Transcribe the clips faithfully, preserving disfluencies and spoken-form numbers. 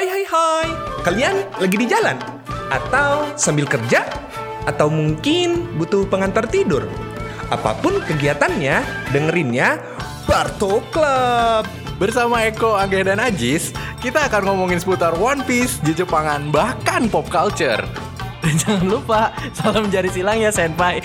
Hai hai hai, kalian lagi di jalan? Atau sambil kerja? Atau mungkin butuh pengantar tidur? Apapun kegiatannya, dengerinnya Barto Club. Bersama Eko, Angge, dan Ajis, kita akan ngomongin seputar One Piece, Jepangan, bahkan pop culture. Dan jangan lupa, salam jari silang ya senpai.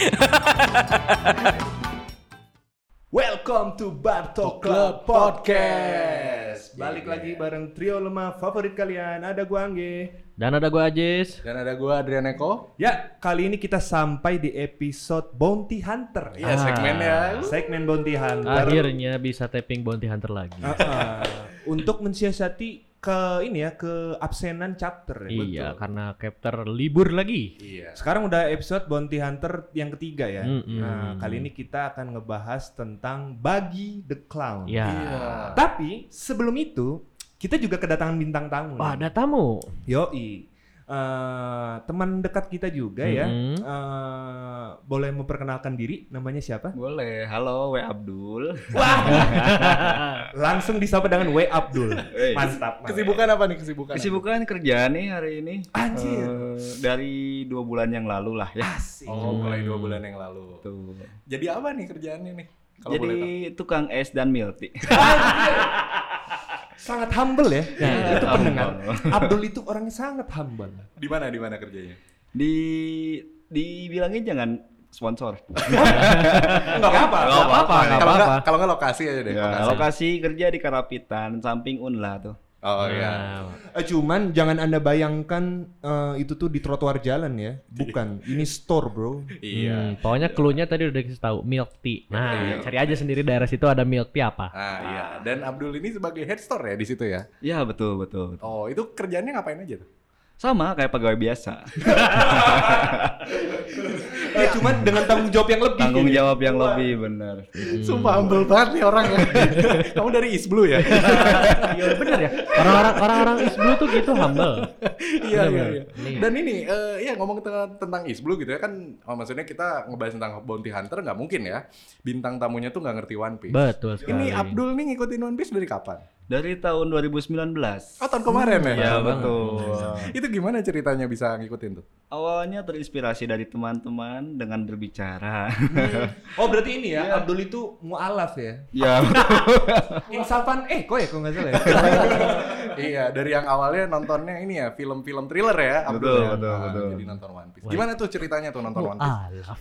Welcome to Barto Club Podcast. Balik lagi bareng trio lemah favorit kalian. Ada gua Angge. Dan ada gua Ajis. Dan ada gue Adrian Eko. Ya, kali ini kita sampai di episode Bounty Hunter. Iya, segmennya. Segmen Bounty Hunter. Akhirnya bisa tapping Bounty Hunter lagi. Uh-uh. Untuk mensiasati ke ini ya, ke absenan chapter ya. Iya, Betul. karena chapter libur lagi. Iya. Sekarang udah episode Bounty Hunter yang ketiga ya. Mm-mm. Nah, kali ini kita akan ngebahas tentang Buggy the Clown. Ya. Iya. Tapi sebelum itu kita juga kedatangan bintang tamu. Wah, nih. ada tamu. Yoi. Uh, teman dekat kita juga ya. Mm-hmm. Uh, boleh memperkenalkan diri, namanya siapa? Boleh, halo W Abdul. Langsung disapa dengan W Abdul. Wey. Mantap. mantap. Kesibukan apa nih kesibukan? Kesibukan kerja nih hari ini. Anjir. Eh, dari dua bulan yang lalu lah ya. Asik. Oh, mulai dua bulan yang lalu. Tuh. Jadi apa nih kerjaannya nih? Kalau Jadi boleh tahu. tukang es dan milk tea. Sangat humble ya. Ya, itu humble. pendengar. Abdul itu orangnya sangat humble. Di mana di mana kerjanya? Di dibilangin jangan sponsor. Enggak apa-apa. Nggak apa-apa, nggak Kalau apa-apa. nggak kalau nggak lokasi aja deh. Ya, lokasi kerja di Karapitan, samping Unla tuh. Oh iya. Nah, Eh, cuman jangan Anda bayangkan eh, itu tuh di trotoar jalan ya. Bukan. Ini store, Bro. Iya. hmm, pokoknya clue-nya tadi udah dikasih tahu, milk tea. Nah, Iya. cari aja sendiri daerah situ ada milk tea apa. Ah iya. Dan Abdul ini sebagai head store ya di situ ya. Ya betul betul. Oh, itu kerjaannya ngapain aja tuh? Sama kayak pegawai biasa. Ya cuman dengan tanggung jawab yang lebih. Tanggung gitu. jawab yang lebih benar. Sumpah humble banget nih orang ya. Kamu dari East Blue ya? Iya bener ya. Orang-orang orang-orang East Blue tuh gitu humble. Iya iya Bener-bener. iya. Iya. Dan ini eh ya ngomong tentang, tentang East Blue gitu ya kan, oh, maksudnya kita ngebahas tentang Bounty Hunter nggak mungkin ya. Bintang tamunya tuh nggak ngerti One Piece. Betul sekali. Ini Abdul nih ngikutin One Piece dari kapan? Dari tahun dua ribu sembilan belas. Oh tahun kemarin ya? Ya betul. Itu gimana ceritanya bisa ngikutin tuh? Awalnya terinspirasi dari teman-teman dengan berbicara. Oh berarti ini ya, Abdul itu mualaf ya. Ya, Insafan eh kok ya kok nggak salah ya. Iya, dari yang awalnya nontonnya ini ya film-film thriller ya, Abdul Betul, ya. betul, Nah, betul. Jadi nonton One Piece. Gimana tuh ceritanya tuh nonton One Piece? Mualaf.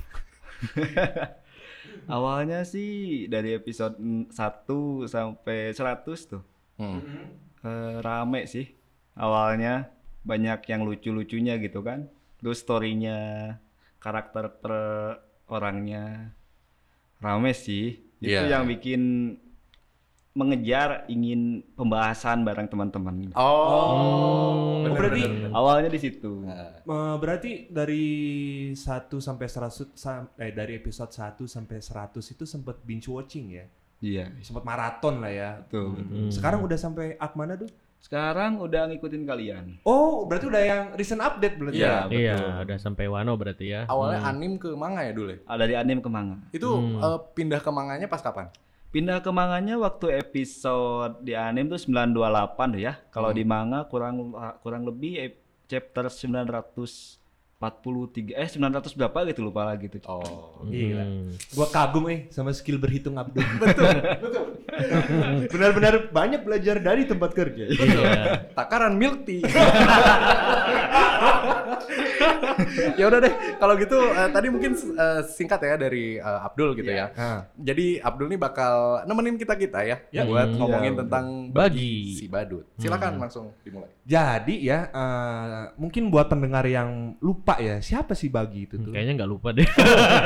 awalnya sih dari episode satu sampai seratus tuh. Hmm. Eh, rame sih. Awalnya banyak yang lucu-lucunya gitu kan. Terus story-nya, karakter per orangnya rame sih. Itu Iya. yang bikin mengejar ingin pembahasan bareng teman-teman. Oh, bener, berarti bener, bener. Awalnya di situ. Nah, Eh, berarti dari satu sampai seratus sam- eh dari episode satu sampai seratus itu sempat binge watching ya. Iya, Sempat maraton lah ya. betul. betul. Hmm. Sekarang udah sampai arc mana tuh? Sekarang udah ngikutin kalian. Oh, berarti udah yang recent update berarti Iya, ya. betul. Iya, udah sampai Wano berarti ya. awalnya anim ke manga ya dulu ya? Ah, dari anime ke manga. Itu eh, pindah ke manganya pas kapan? Pindah ke manganya waktu episode di anime tuh sembilan dua delapan tuh ya. Kalau di manga kurang kurang lebih ep- chapter sembilan ratus empat puluh tiga eh sembilan ratus berapa gitu lupa lagi tuh. Oh. Gila. Hmm. Gua kagum eh sama skill berhitung Abdul. betul, betul. Benar-benar banyak belajar dari tempat kerja. Iya. Takaran milk tea. Ya udah deh, kalau gitu eh, tadi mungkin eh, singkat ya dari eh, Abdul gitu ya. Ah. Jadi Abdul nih bakal nemenin kita kita ya, buat Hmm. ngomongin Iya, tentang Bagi. si badut. Silakan langsung dimulai. Jadi ya, eh, mungkin buat pendengar yang lupa ya, siapa sih Bagi itu tuh? Kayaknya nggak lupa deh.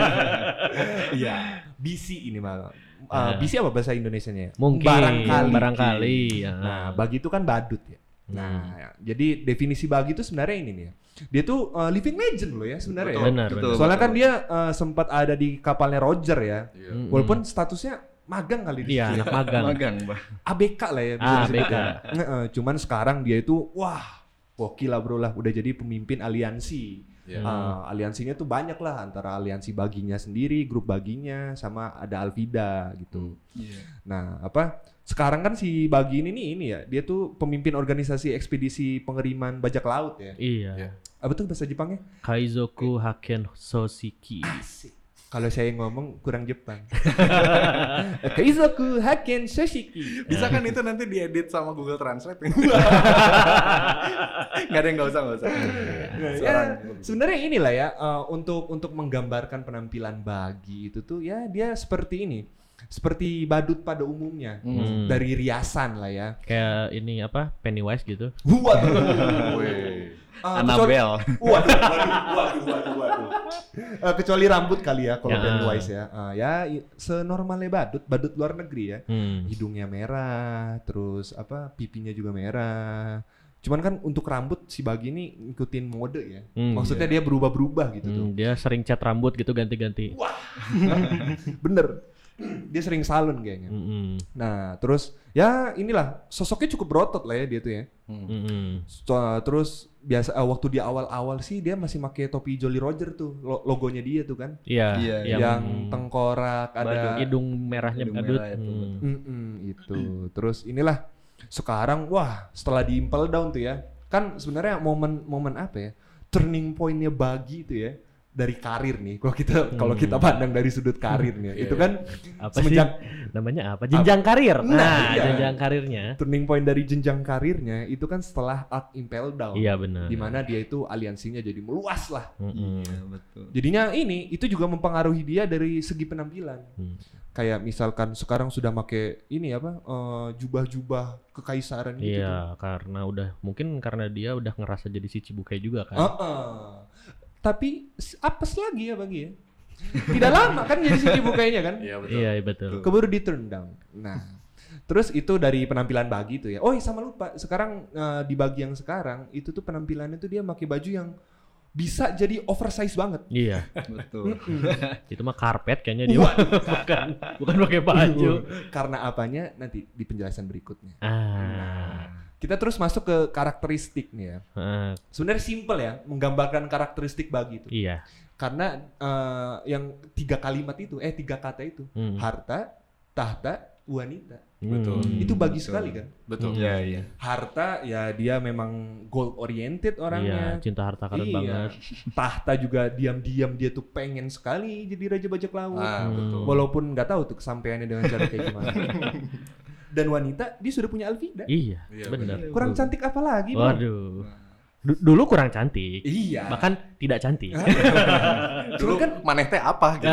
Iya, B C ini mah. Uh, Nah. B C apa bahasa Indonesianya? Mungkin Barangkali. barangkali. ya. Nah, Bagi itu kan badut ya. Nah, ya, jadi definisi Bagi itu sebenarnya ini nih ya. Dia tuh uh, living legend loh ya sebenarnya ya. Benar, betul. Soalnya kan dia uh, sempat ada di kapalnya Roger ya. Mm-mm. Walaupun statusnya magang kali di Iya, situ. anak magang. Magang, Bah. A B K lah ya. bisa Ah, disebut A B K. ya. Nge- eh, cuman sekarang dia itu wah, gokil lah bro lah. Udah jadi pemimpin aliansi Yeah. Uh, aliansinya tuh banyak lah, antara aliansi baginya sendiri, grup baginya, sama ada Alvida gitu. Iya. Nah, apa? Sekarang kan si Bagi ini nih ini ya, dia tuh pemimpin organisasi ekspedisi pengiriman bajak laut ya. Iya. Iya. Apa tuh bahasa Jepangnya? Kaizoku Haken Soshiki. Kalau saya ngomong kurang Jepang. Kaizoku Haken Soshiki. Bisa kan itu nanti diedit sama Google Translate? Nggak ada yang nggak usah nggak usah. Nah, ya, sebenarnya inilah ya uh, untuk untuk menggambarkan penampilan Bagi itu tuh ya dia seperti ini, seperti badut pada umumnya, Hmm. dari riasan lah ya. Kayak ini apa? Pennywise gitu. Waduh. Wih. Uh, Annabelle. kecuali- Waduh, waduh, waduh, waduh, waduh. Uh, kecuali rambut kali ya kalau Ya. Pennywise ya. Uh, ya i- senormalnya badut, badut luar negeri ya. Hmm. Hidungnya merah, terus apa pipinya juga merah. Cuman kan untuk rambut si Bagi ini ngikutin mode ya. Hmm, Maksudnya dia berubah-berubah gitu tuh. Hmm, dia sering cat rambut gitu ganti-ganti. Bener. Dia sering salon kayaknya. Mm-mm. Nah, terus ya inilah sosoknya cukup berotot lah ya dia tuh ya. Mm-mm. So, terus biasa eh, waktu di awal-awal sih dia masih pakai topi Jolly Roger tuh, lo- logonya dia tuh kan. Iya. Iya, yang, Yang tengkorak ada hidung merahnya Hidung badut. merah itu, Hmm. Mm-mm, itu. Terus inilah sekarang wah setelah di Impel Down tuh ya. Kan sebenarnya momen-momen apa ya? Turning point-nya Bagi itu ya. Dari karir nih, kalau kita kalau kita pandang dari sudut karirnya, itu kan Apa semenjak sih? Namanya apa? Jenjang karir. Nah, Nah, iya. jenjang karirnya. turning point dari jenjang karirnya itu kan setelah Arc Impel Down, Iya benar. di mana dia itu aliansinya jadi meluas lah. Mm-mm. Iya, betul. Jadinya ini itu juga mempengaruhi dia dari segi penampilan. Hmm. Kayak misalkan sekarang sudah make ini apa eh, jubah-jubah kekaisaran gitu. tuh. Iya, karena udah mungkin karena dia udah ngerasa jadi si Cibukai juga kan. Heeh. Tapi s- apes lagi ya Bagi ya. Tidak lama kan jadi si Cibukainya kan. Iya betul. Iya, betul. Keburu di turn down. Nah, terus itu dari penampilan Bagi itu ya. Oh, iya, sama lupa. Sekarang eh, di Bagi yang sekarang itu tuh penampilannya tuh dia pakai baju yang bisa jadi oversize banget. Iya. Betul. Itu mah karpet kayaknya dia. bukan bukan pakai baju. Karena apanya nanti di penjelasan berikutnya. Ah. Kita terus masuk ke karakteristik nih ya. Ah, Sebenarnya simple ya menggambarkan karakteristik Bagi itu. iya. Karena eh, yang tiga kalimat itu, eh tiga kata itu, Hmm. harta, tahta, wanita. Betul. Hmm. Itu Bagi betul. sekali kan. Betul. Iya, iya. Harta ya dia memang goal oriented Iya, orangnya. cinta harta karun Iya. banget. Tahta juga diam-diam dia tuh pengen sekali jadi raja bajak laut. Ah, Hmm. betul. Walaupun nggak tahu tuh kesampaiannya dengan cara kayak gimana. Dan wanita dia sudah punya Alvida. Iya, Iya, benar. Kurang cantik apa lagi, Bro? Waduh. Du- dulu kurang cantik. Iya. Bahkan tidak cantik. Dulu kan maneh teh apa gitu.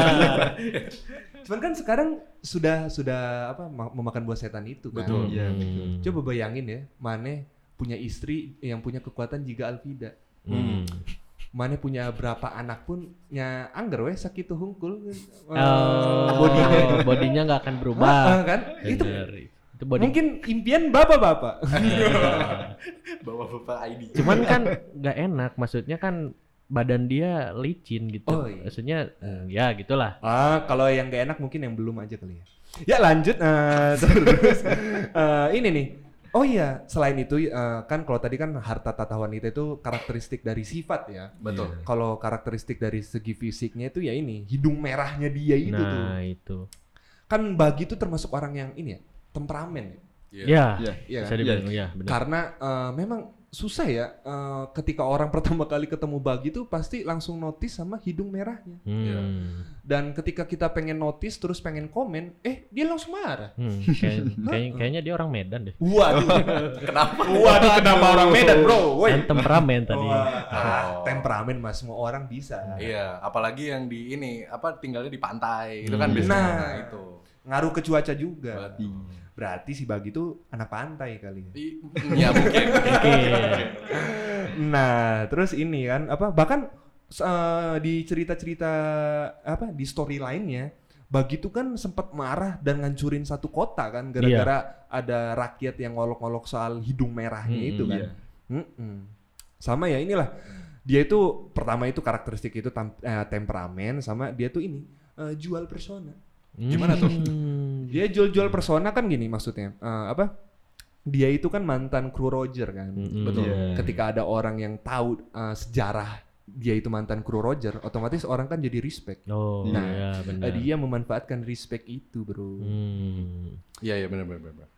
Cuman kan sekarang sudah sudah apa ma- memakan buah setan itu kan. Betul. Iya, Hmm. Coba bayangin ya, Maneh punya istri yang punya kekuatan jika Alvida. Hmm. Maneh punya berapa anak pun nya angger weh sakitu hungkul. Oh, bodinya. bodinya nggak akan berubah. Ah, kan? Itu Bener. Itu body. mungkin impian bapak-bapak. Bawa bapak I D. Cuman kan nggak enak. Maksudnya kan badan dia licin gitu. Oh, iya. Maksudnya hmm, ya gitulah. Ah, kalau yang gak enak mungkin yang belum aja kali ya. Ya lanjut, eh, terus eh, ini nih. Oh iya, selain itu eh, kan kalau tadi kan harta tata wanita itu karakteristik dari sifat ya. Betul. Kalau karakteristik dari segi fisiknya itu ya ini, hidung merahnya dia itu tuh. Nah itu. Kan Bagi itu termasuk orang yang ini ya, temperamen ya. Iya. Ya. Iya. Iya Bisa kan? dibilang ya benar. Karena eh, memang susah ya eh, ketika orang pertama kali ketemu Bagi tuh pasti langsung notice sama hidung merahnya. Hmm. Dan ketika kita pengen notice terus pengen komen, eh dia langsung marah. Hmm. Kayak- kayak- kayaknya dia orang Medan deh. Waduh, Kenapa? waduh kenapa orang Medan bro? Woi. Kan temperamen tadi. Wah, ah, Oh. temperamen mas semua orang bisa. Iya, apalagi yang di ini apa tinggalnya di pantai. Itu kan Hmm. biasanya Nah. nah, itu. Ngaruh ke cuaca juga. Betul. Berarti si Bagi tuh anak pantai kali ya. I- Ya mungkin. Oke. Nah, terus ini kan apa bahkan eh, di cerita-cerita apa di story lainnya Bagi tuh kan sempat marah dan ngancurin satu kota kan gara-gara ada rakyat yang ngolok-ngolok soal hidung merahnya Mm-mm, itu kan. iya. Mm-mm. Sama ya inilah dia itu pertama itu karakteristik itu tam- eh, temperamen sama dia tuh ini eh, jual persona. Gimana tuh? Hmm. Dia jual-jual persona kan gini maksudnya eh, apa? Dia itu kan mantan kru Roger kan. Mm-mm. Betul. Iya. Ketika ada orang yang tahu uh, sejarah dia itu mantan kru Roger, otomatis orang kan jadi respect. Oh, Nah, iya benar. Dia memanfaatkan respect itu, bro. Hmm. Iya iya benar benar benar.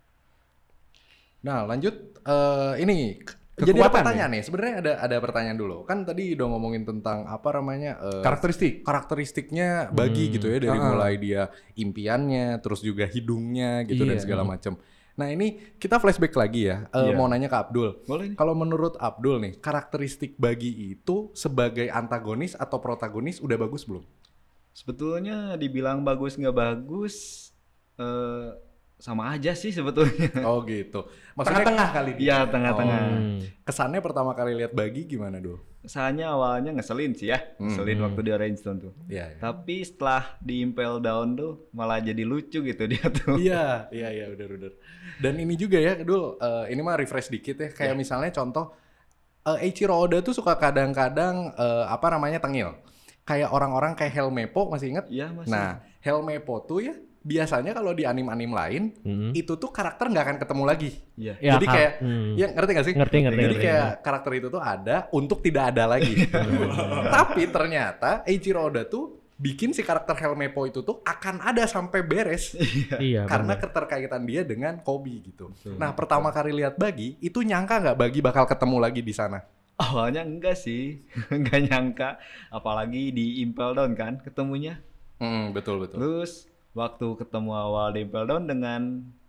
Nah lanjut uh, ini Kekuatan jadi ada pertanyaan nih. Sebenarnya ada ada pertanyaan dulu. Kan tadi udah ngomongin tentang apa namanya uh, Karakteristik. karakteristiknya bagi Hmm. gitu ya dari Uh-uh. mulai dia impiannya, terus juga hidungnya gitu dan Iya. segala macam. Nah ini kita flashback lagi ya. Uh, Iya. Mau nanya ke Abdul. Boleh nih. Kalau menurut Abdul nih, karakteristik bagi itu sebagai antagonis atau protagonis udah bagus belum? Sebetulnya dibilang bagus nggak bagus, eh, sama aja sih sebetulnya. Oh gitu. Maksudnya Tengah-tengah kali dia. Iya tengah-tengah. Hmm. kesannya pertama kali lihat bagi gimana Dul? Kesannya awalnya ngeselin sih ya, ngeselin Hmm. waktu di Orange Stone tuh. Iya. iya. Tapi setelah di Impel Down tuh malah jadi lucu gitu dia tuh. Iya, iya, iya, udah, udah. Dan ini juga ya, Dul, eh, ini mah refresh dikit ya. Kayak Iya. misalnya contoh, eh, Eiichiro Oda tuh suka kadang-kadang, eh, apa namanya, tengil. Kayak orang-orang kayak Helmeppo, masih inget? Iya masih. Nah, Helmeppo tuh ya, biasanya kalau di anim-anim lain, Hmm. itu tuh karakter nggak akan ketemu lagi. Iya. Ya, Jadi Kak. kayak, Hmm. ya ngerti gak sih? Ngerti, ngerti, Jadi ngerti, kayak karakter itu tuh ada untuk tidak ada lagi. Tapi ternyata Eiichiro Oda tuh bikin si karakter Helmeppo itu tuh akan ada sampai beres. Iya, Karena benar. keterkaitan dia dengan Kobe gitu. Betul, Nah, pertama kali lihat Bagi, itu nyangka nggak Bagi bakal ketemu lagi di sana? Awalnya enggak sih, enggak nyangka. Apalagi di Impel Down kan ketemunya. Hmm, betul betul. Terus waktu ketemu awal di Impel Down dengan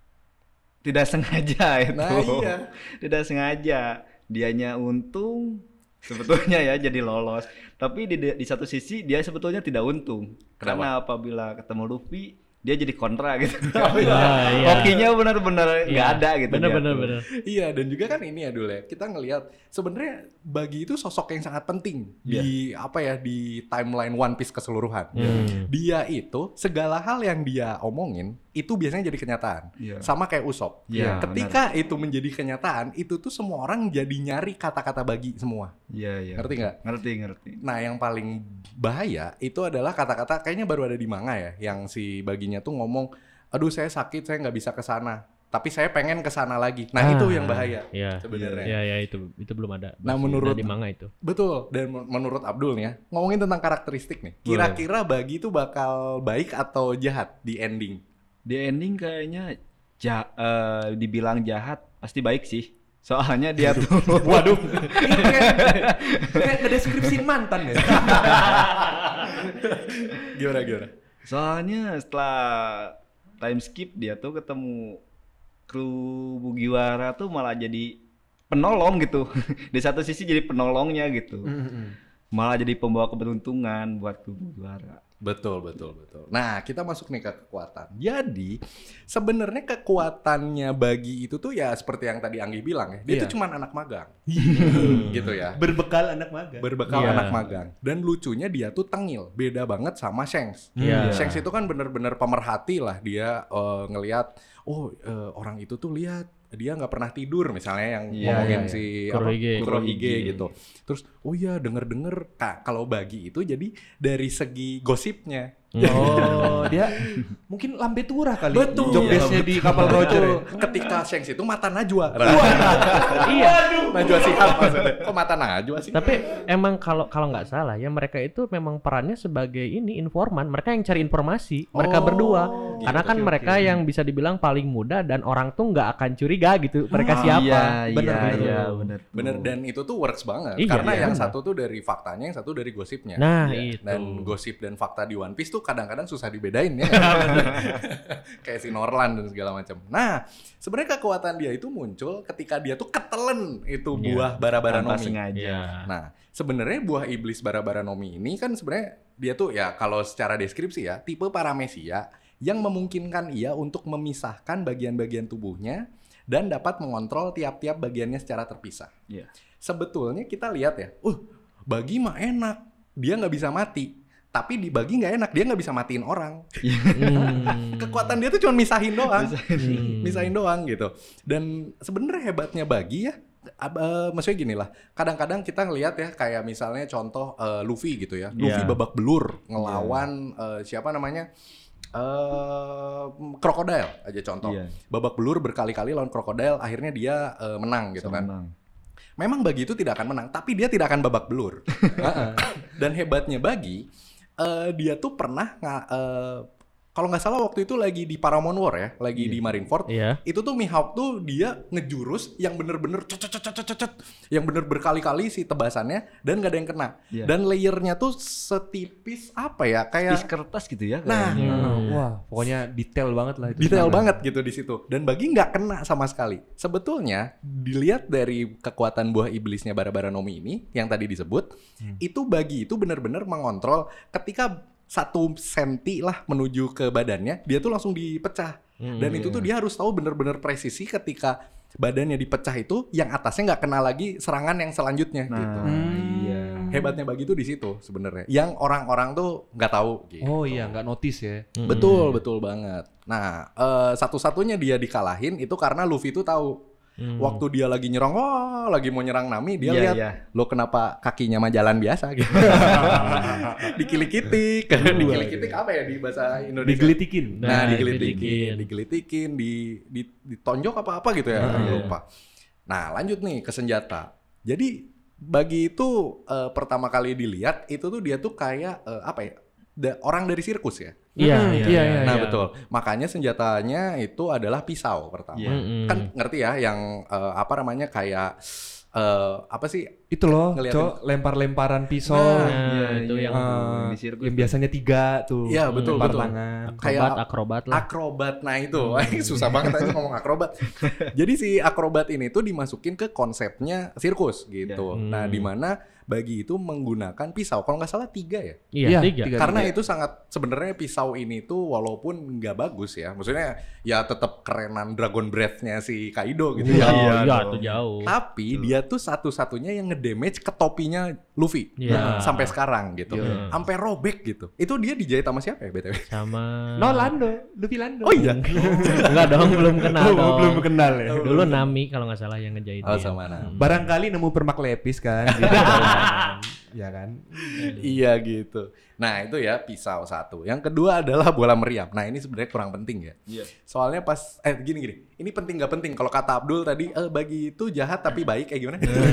tidak sengaja itu. Nah, iya. Tidak sengaja. Dianya untung sebetulnya ya jadi lolos. Tapi di, di satu sisi dia sebetulnya tidak untung. Kenapa? Karena apabila ketemu Luffy dia jadi kontra gitu. Ah, iya. Hokinya benar-benar nggak Iya. ada gitu. Bener dia bener tuh. bener. Iya, dan juga kan ini ya dulu ya, kita ngelihat sebenarnya Bagi itu sosok yang sangat penting di apa ya di timeline One Piece keseluruhan. Hmm. Dia itu segala hal yang dia omongin itu biasanya jadi kenyataan. Iya. Sama kayak Usopp. Iya, Ketika itu menjadi kenyataan, itu tuh semua orang jadi nyari kata-kata Bagi semua. Iya, iya. Ngerti nggak? Ngerti, ngerti. Nah, yang paling bahaya itu adalah kata-kata kayaknya baru ada di manga ya, yang si Baginya tuh ngomong, aduh saya sakit, saya nggak bisa ke sana, tapi saya pengen ke sana lagi. Nah, Ah, itu yang bahaya Iya. sebenarnya. Iya, iya itu itu belum ada. Nah, Masih menurut- ada di manga itu. Betul. Dan men- menurut Abdul nih ya, ngomongin tentang karakteristik nih, kira-kira Bagi itu bakal baik atau jahat di ending? Di ending kayaknya ja, eh, dibilang jahat pasti baik sih. Soalnya dia tuh Waduh, ini kayak kayak ngedeskripsiin mantan ya. Gimana gimana? soalnya setelah time skip dia tuh ketemu kru Mugiwara tuh malah jadi penolong gitu. Di satu sisi jadi penolongnya gitu. Malah jadi pembawa keberuntungan buat kru Mugiwara. Betul, betul, betul. Nah, kita masuk nih ke kekuatan. Jadi, sebenarnya kekuatannya Bagi itu tuh ya seperti yang tadi Anggi bilang ya, dia Iya. tuh cuma anak magang. gitu ya. Berbekal anak magang. Berbekal Iya. anak magang. Dan lucunya dia tuh tengil, beda banget sama Shanks. Iya. Shanks itu kan bener-bener pemerhati lah, dia eh, ngelihat, oh eh, orang itu tuh lihat dia nggak pernah tidur misalnya yang Iya, ngomongin iya, si Kurohige. apa, Kurohige Kurohige. gitu. Terus oh iya denger-denger Kak, kalau Bagi itu jadi dari segi gosipnya. Oh, dia mungkin lambe turah kali. Betul. Job desk-nya di kapal Roger ya. Ketika Shanks itu mata Najwa. Iya. Najwa Shihab maksudnya. Kok mata Najwa sih? Tapi emang kalau kalau nggak salah ya mereka itu memang perannya sebagai ini informan, mereka yang cari informasi, mereka Oh, berdua. gitu. Karena kan Oke, mereka oke. yang bisa dibilang paling muda dan orang tuh nggak akan curiga gitu. Mereka Ah, siapa? Iya, Bener, iya, bener. iya, bener. Bener, dan itu tuh works banget. Iya, Karena iya, yang bener. satu tuh dari faktanya, yang satu dari gosipnya. Nah, Iya. itu. Dan gosip dan fakta di One Piece tuh kadang-kadang susah dibedain ya. Kayak si Norland dan segala macam. Nah, sebenarnya kekuatan dia itu muncul ketika dia tuh ketelen itu Iya. buah bara-bara Tanpa nomi. sengaja. Iya. Nah, sebenarnya buah iblis bara-bara nomi ini kan sebenarnya dia tuh ya kalau secara deskripsi ya tipe paramesia yang memungkinkan ia untuk memisahkan bagian-bagian tubuhnya dan dapat mengontrol tiap-tiap bagiannya secara terpisah. Iya. Sebetulnya kita lihat ya, uh, Bagi mah enak, dia nggak bisa mati. Tapi di Bagi nggak enak, dia nggak bisa matiin orang. Hmm. Kekuatan dia tuh cuma misahin doang, Hmm. misahin doang gitu. Dan sebenarnya hebatnya Bagi ya, ab- eh, maksudnya gini lah. Kadang-kadang kita ngelihat ya, kayak misalnya contoh eh, Luffy gitu ya. Luffy Iya. babak belur ngelawan eh, siapa namanya? eh Crocodile aja contoh. Iya. Babak belur berkali-kali lawan Crocodile, akhirnya dia eh, menang gitu Bisa kan. menang. memang Bagi itu tidak akan menang, tapi dia tidak akan babak belur. Dan hebatnya Bagi, uh, dia tuh pernah nggak, uh, kalau nggak salah waktu itu lagi di Paramount War ya, lagi yeah. di Marineford. Yeah. Itu tuh Mihawk tuh dia ngejurus yang bener-bener cet cet cet cet cet, yang bener berkali-kali si tebasannya dan nggak ada yang kena. Yeah. Dan layernya tuh setipis apa ya, kayak tipis kertas gitu ya. Nah, hmm. wah, pokoknya detail banget lah itu. Detail banget gitu di situ. Dan Bagi nggak kena sama sekali. Sebetulnya dilihat dari kekuatan buah iblisnya Bara-Bara Nomi ini yang tadi disebut, hmm. itu Bagi itu bener-bener mengontrol ketika satu senti lah menuju ke badannya, dia tuh langsung dipecah. Hmm, Dan itu tuh dia harus tahu bener-bener presisi ketika badannya dipecah itu, yang atasnya nggak kena lagi serangan yang selanjutnya. Nah, gitu. Hmm. Iya. Hebatnya Bagi tuh di situ sebenarnya. Yang orang-orang tuh nggak tahu. Gitu. Oh iya, nggak notice ya. Hmm. Betul, betul banget. Nah, uh, satu-satunya dia dikalahin itu karena Luffy tuh tahu. Hmm. Waktu dia lagi nyerang, wah lagi mau nyerang Nami, dia yeah, lihat, yeah. lo kenapa kakinya mah jalan biasa gitu. Dikilik-kilik, dikilik-kilik apa ya di bahasa Indonesia? Digelitikin. Nah, nah digelitikin, digelitikin, di, di, ditonjok apa-apa gitu ya, hmm. lupa. Nah, lanjut nih ke senjata. Jadi Bagi itu uh, pertama kali dilihat itu tuh dia tuh kayak uh, apa ya? Da, orang dari sirkus ya. Iya, hmm, iya, iya, iya. Nah, iya. betul. Makanya senjatanya itu adalah pisau pertama. Yeah. Kan ngerti ya yang uh, apa namanya kayak uh, apa sih? Itu loh, Ngeliatin. Cok, lempar-lemparan pisau. Nah, nah itu iya, yang uh, di sirkus. yang biasanya tiga tuh. Iya, betul, lempar betul. tangan. Akrobat, Kayak akrobat lah. Akrobat. Nah, itu. Susah banget aja ngomong akrobat. Jadi si akrobat ini tuh dimasukin ke konsepnya sirkus gitu. Hmm. Nah, di mana Bagi itu menggunakan pisau. Kalau nggak salah tiga ya. Iya, Iya, tiga. tiga. Karena itu sangat sebenarnya pisau ini tuh walaupun nggak bagus ya, maksudnya ya tetap kerenan Dragon Breath-nya si Kaido gitu Iya, ya. iya, iya itu jauh. Tapi Tuh. dia tuh satu-satunya yang ngedamage ke topinya Luffy Iya. sampai sekarang gitu, Iya. sampai robek gitu. Itu dia dijahit sama siapa ya B T W? Sama No Lando, Luffy Lando. Oh iya. Enggak dong, belum kenal Oh, dong. belum kenal ya. Dulu Nami kalau nggak salah yang ngejahit Oh dia. sama nah. Barangkali nemu permak lepis kan. Gitu, kan. Ya kan. Iya gitu. Nah itu ya pisau satu. Yang kedua adalah bola meriam. Nah ini sebenarnya kurang penting ya. Iya. Soalnya pas eh gini gini. Ini penting nggak penting. Kalau kata Abdul tadi, eh, Bagi itu jahat tapi baik kayak gimana?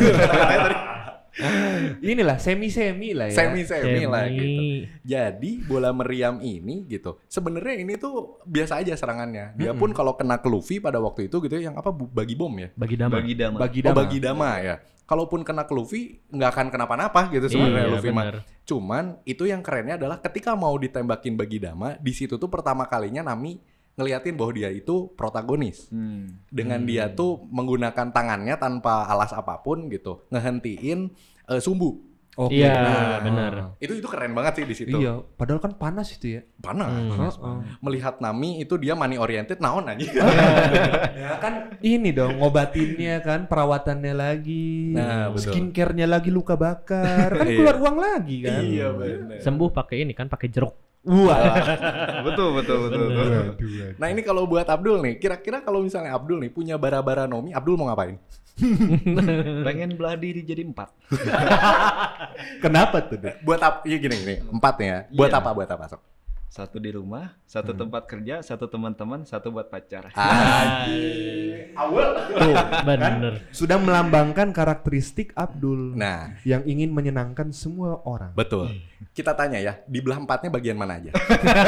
Inilah semi-semi lah ya. Semi-semi lah Semi. gitu. Jadi bola meriam ini gitu. Sebenarnya ini tuh biasa aja serangannya. Dia pun kalau kena ke Luffy pada waktu itu gitu yang apa Bagi bom ya. Bagi dama. Bagi dama. Bagi Oh dama. Bagi dama ya. Kalaupun kena ke Luffy nggak akan kenapa-napa gitu sebenarnya Iya, Luffy mah. bener. Cuman itu yang kerennya adalah ketika mau ditembakin Bagi dama, di situ tuh pertama kalinya Nami ngeliatin bahwa dia itu protagonis. Hmm. Dengan dia tuh menggunakan tangannya tanpa alas apapun gitu, ngehentiin uh, sumbu. Oke. Iya, Nah, benar. Itu itu keren banget sih di situ. Iya, padahal kan panas itu ya. Panas. Hmm. panas. Oh, oh. Melihat Nami itu dia money oriented naon aja. Ya kan ini dong ngobatinnya kan, perawatannya lagi. Nah, betul. Skincare-nya lagi luka bakar. Kan Iya. keluar uang lagi kan. Iya benar. Sembuh pakai ini kan, pakai jeruk. Wah. betul betul betul. betul. Nah ini kalau buat Abdul nih, kira-kira kalau misalnya Abdul nih punya bara-bara Nomi, Abdul mau ngapain? Pengen belah diri jadi empat. Kenapa tuh, Dek? Buat apa? Iya gini gini, empat ya. Buat Iya. apa? Buat apa? Sok. Satu di rumah, satu tempat kerja, satu teman-teman, satu buat pacar. Awal. Tuh, Bener. sudah melambangkan karakteristik Abdul Nah, yang ingin menyenangkan semua orang. betul. Kita tanya ya, di belah empatnya bagian mana aja?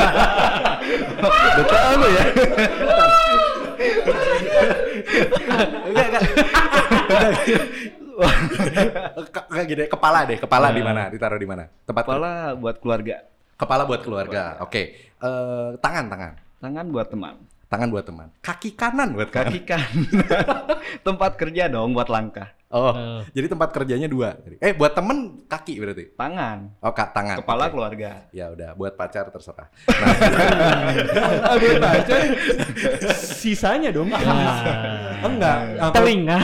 Betul lu ya. Enggak, enggak. Ke- Kayak gini, kepala deh. Kepala di mana? Ditaruh di mana? Tempat Kepala buat keluarga, Kepala buat keluarga. Oke. Eh, tangan, tangan. tangan buat teman, Tangan buat teman. Kaki kanan buat kaki kan. Tempat kerja dong buat langkah. Oh, Oh. jadi tempat kerjanya dua. Eh, buat temen kaki berarti. Tangan, Oh, kak, tangan. kepala Oke. keluarga. Ya udah, buat pacar terserah. Abdul baca sisanya dong. Nah. Enggak. apa- Telinga.